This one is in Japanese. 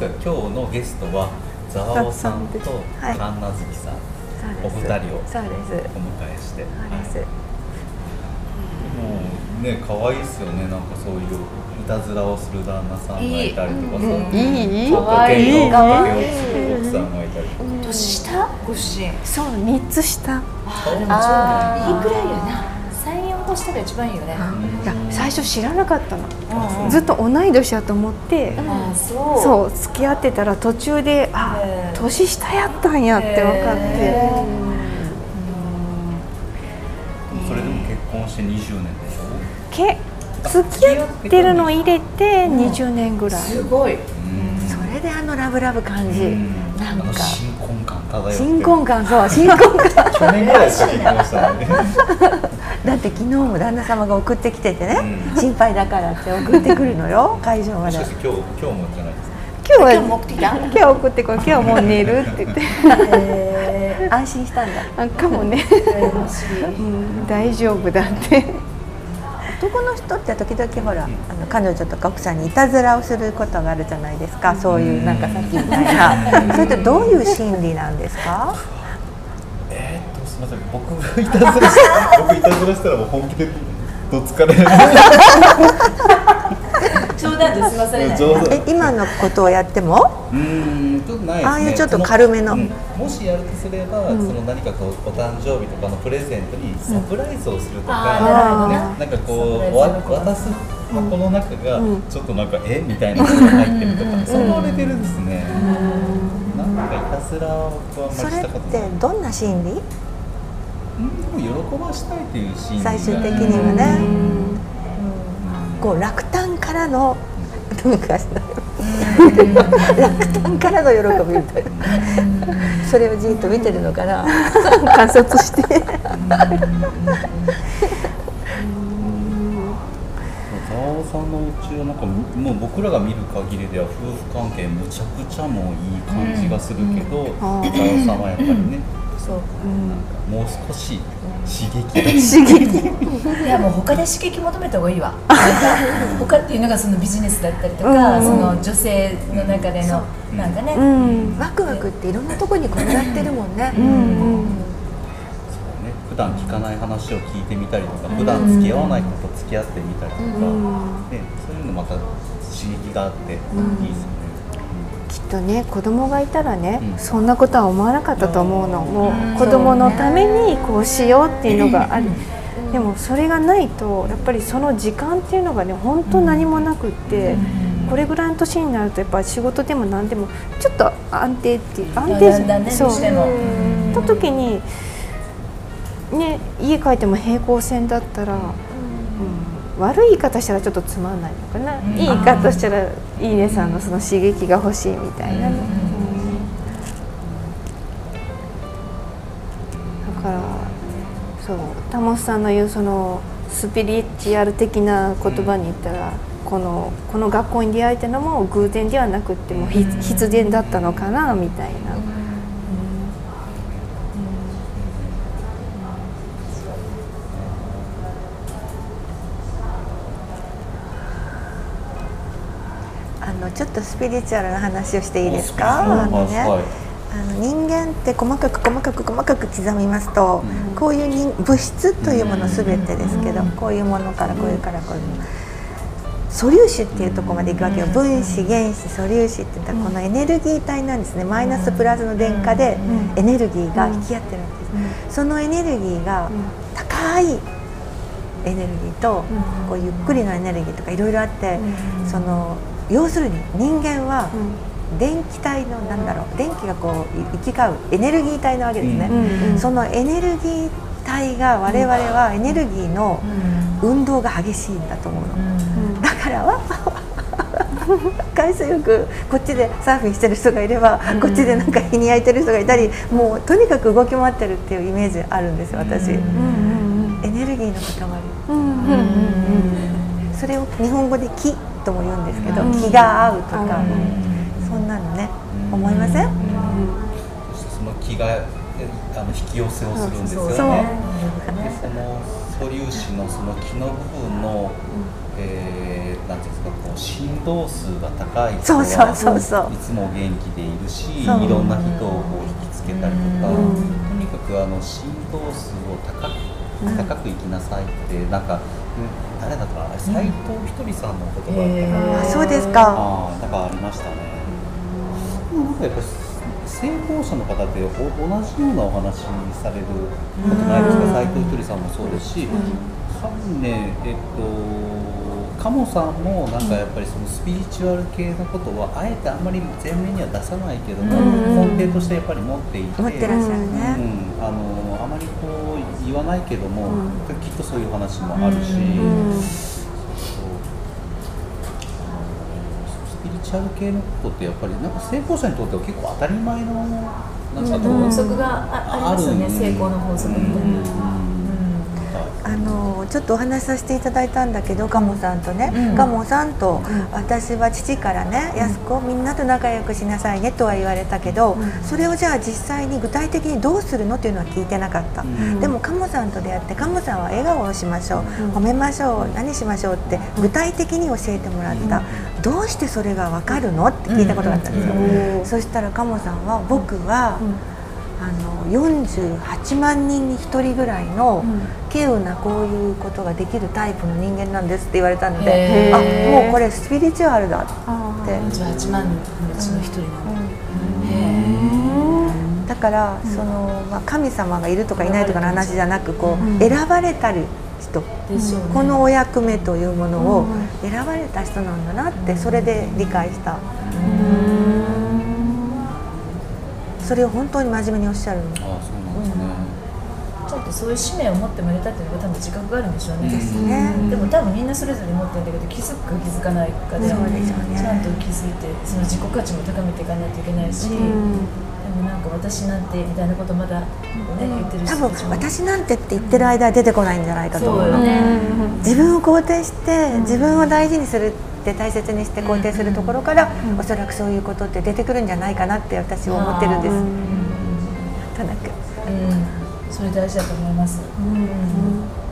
今日のゲストはザワオさんと神奈月さん、お二人をお迎えして。もうね、可愛いですよね。なんかそういういたずらをする旦那さんがいたりとか、可愛い奥さんがいたりとか。 年下？ご主人。 そう、3つ下。 いいくらいよな。3、4個下が一番いいよね。 いや、最初知らなかったの。ずっと同い年やと思って、そう付き合ってたら途中で年下やったんやって分かって。 それでも結婚して20年でしょ？ 付き合ってるの入れて20年ぐらい。 すごい。 それでラブラブ感じ。なんか新婚感漂ってる。 新婚感、そう、新婚感。 去年ぐらいですか、結婚したのね。 だって昨日も旦那様が送ってきててね、心配だからって送ってくるのよ、会場まで。 今日もじゃないですか。 今日送ってこい、今日もう寝るって言って。安心したんだ。かもね。大丈夫だって。男の人って時々ほら、彼女とか奥さんにいたずらをすることがあるじゃないですか。そういうなんかさっきみたいな。それってどういう心理なんですか？ すみません、僕いたずらしたらもう本気でどつかれる。 冗談で済まされない。 今のことをやっても？ ちょっとないですね。 ああいうちょっと軽めの。 もしやるとすれば、その何かこうお誕生日とかのプレゼントにサプライズをするとか、なんかこう渡す箱の中がちょっとなんかみたいなのが入ってるとか、そういうレベルですね。なんかいたずらはあんまりしたことない。 それってどんな心理？ でも喜ばしたいという心理が最終的にはね、こう落胆からの落胆からの喜びみたいな、それをじっと見てるのかな、観察して。 ザワオさんのうちはなんかもう僕らが見る限りでは夫婦関係むちゃくちゃもういい感じがするけど、ザワオさんはやっぱりね、そう、もう少し刺激。 いやもう他で刺激求めた方がいいわ。他っていうのがそのビジネスだったりとか、その女性の中でのなんかね、 ワクワクっていろんなところに転がってるもんね。 普段聞かない話を聞いてみたりとか、普段付き合わない子と付き合ってみたりとか、そういうのまた刺激があっていいですよね。 きっとね、子供がいたらね、そんなことは思わなかったと思うの。もう子供のためにこうしようっていうのがある。でもそれがないとやっぱりその時間っていうのがね、本当何もなくって、これぐらいの年になるとやっぱ仕事でも何でもちょっと安定そうた時にね、家帰っても平行線だったら、悪い言い方したらちょっとつまんないのかな、いい言い方したらいいねさんのその刺激が欲しいみたいな、だからそう、タモスさんの言うそのスピリチュアル的な言葉に言ったら、この学校に出会えたのも偶然ではなくっても必然だったのかなみたいな。ちょっとスピリチュアルな話をしていいですか？人間って細かく刻みますと、こういう物質というものすべてですけど、こういうものからこういうからこういうもの、素粒子っていうところまでいくわけよ。分子原子素粒子っていったらこのエネルギー体なんですね。マイナスプラスの電荷でエネルギーが引き合ってるわけです。そのエネルギーが高いエネルギーとこうゆっくりのエネルギーとかいろいろあって、その要するに人間は電気体の電気がこう行き交うエネルギー体なわけですね。そのエネルギー体が我々はエネルギーの運動が激しいんだと思うの。だから海水浴こっちでサーフィンしてる人がいれば、こっちでなんか日に焼いてる人がいたり、もうとにかく動き回ってるっていうイメージあるんですよ、私。エネルギーの塊。それを日本語で気とも言うんですけど、気が合うとか、そんなのね、思いません？ その気が引き寄せをするんですよね。でその素粒子のその気の部分の、なんていうんですか、こう振動数が高い人はいつも元気でいるし、いろんな人をこう引きつけたりとか、とにかく振動数を高く生きなさいってなんか。誰だったかな、斉藤ひとりさんの言葉あ、そうですか。 なんかありましたね。なんかやっぱり成功者の方って同じようなお話されることないですか。斉藤ひとりさんもそうですし、多分ね、鴨さんもなんかやっぱりそのスピリチュアル系のことはあえてあんまり前面には出さないけども、根底としてやっぱり持っていて、 持ってらっしゃるね。 あまりこう言わないけども、きっとそういう話もあるし、スピリチュアル系のことってやっぱりなんか成功者にとっては結構当たり前のなんか法則がありますよね、成功の法則みたいな。 ちょっとお話しさせていただいたんだけど、鴨さんとね、鴨さんと私は父からね、安子みんなと仲良くしなさいねとは言われたけど、それをじゃあ実際に具体的にどうするのっていうのは聞いてなかった。でも鴨さんと出会って、鴨さんは笑顔をしましょう、褒めましょう、何しましょうって具体的に教えてもらった。どうしてそれが分かるのって聞いたことがあったんですよ。そしたら鴨さんは、僕は48万人に1人ぐらいの稀有なこういうことができるタイプの人間なんですって言われたので、あ、もうこれスピリチュアルだって。 48万のうちの1人なんだ。 だからその、神様がいるとかいないとかの話じゃなく、こう選ばれたる人、このお役目というものを選ばれた人なんだなって、それで理解した。それを本当に真面目におっしゃるの。 そうなんですね。 ちょっとそういう使命を持って生まれたっていうのが多分自覚があるんでしょうね。 ですね。 でも多分みんなそれぞれ持ってるんだけど、気づくか気づかないかで、ちゃんと気づいてその自己価値も高めていかないといけないし、でもなんか私なんてみたいなことまだね言ってる人たちも、 多分私なんてって言ってる間は出てこないんじゃないかと思うの。自分を肯定して自分を大事にするって大切にして肯定するところから、おそらくそういうことって出てくるんじゃないかなって私は思ってるんです。なんとなく。 それ大事だと思います。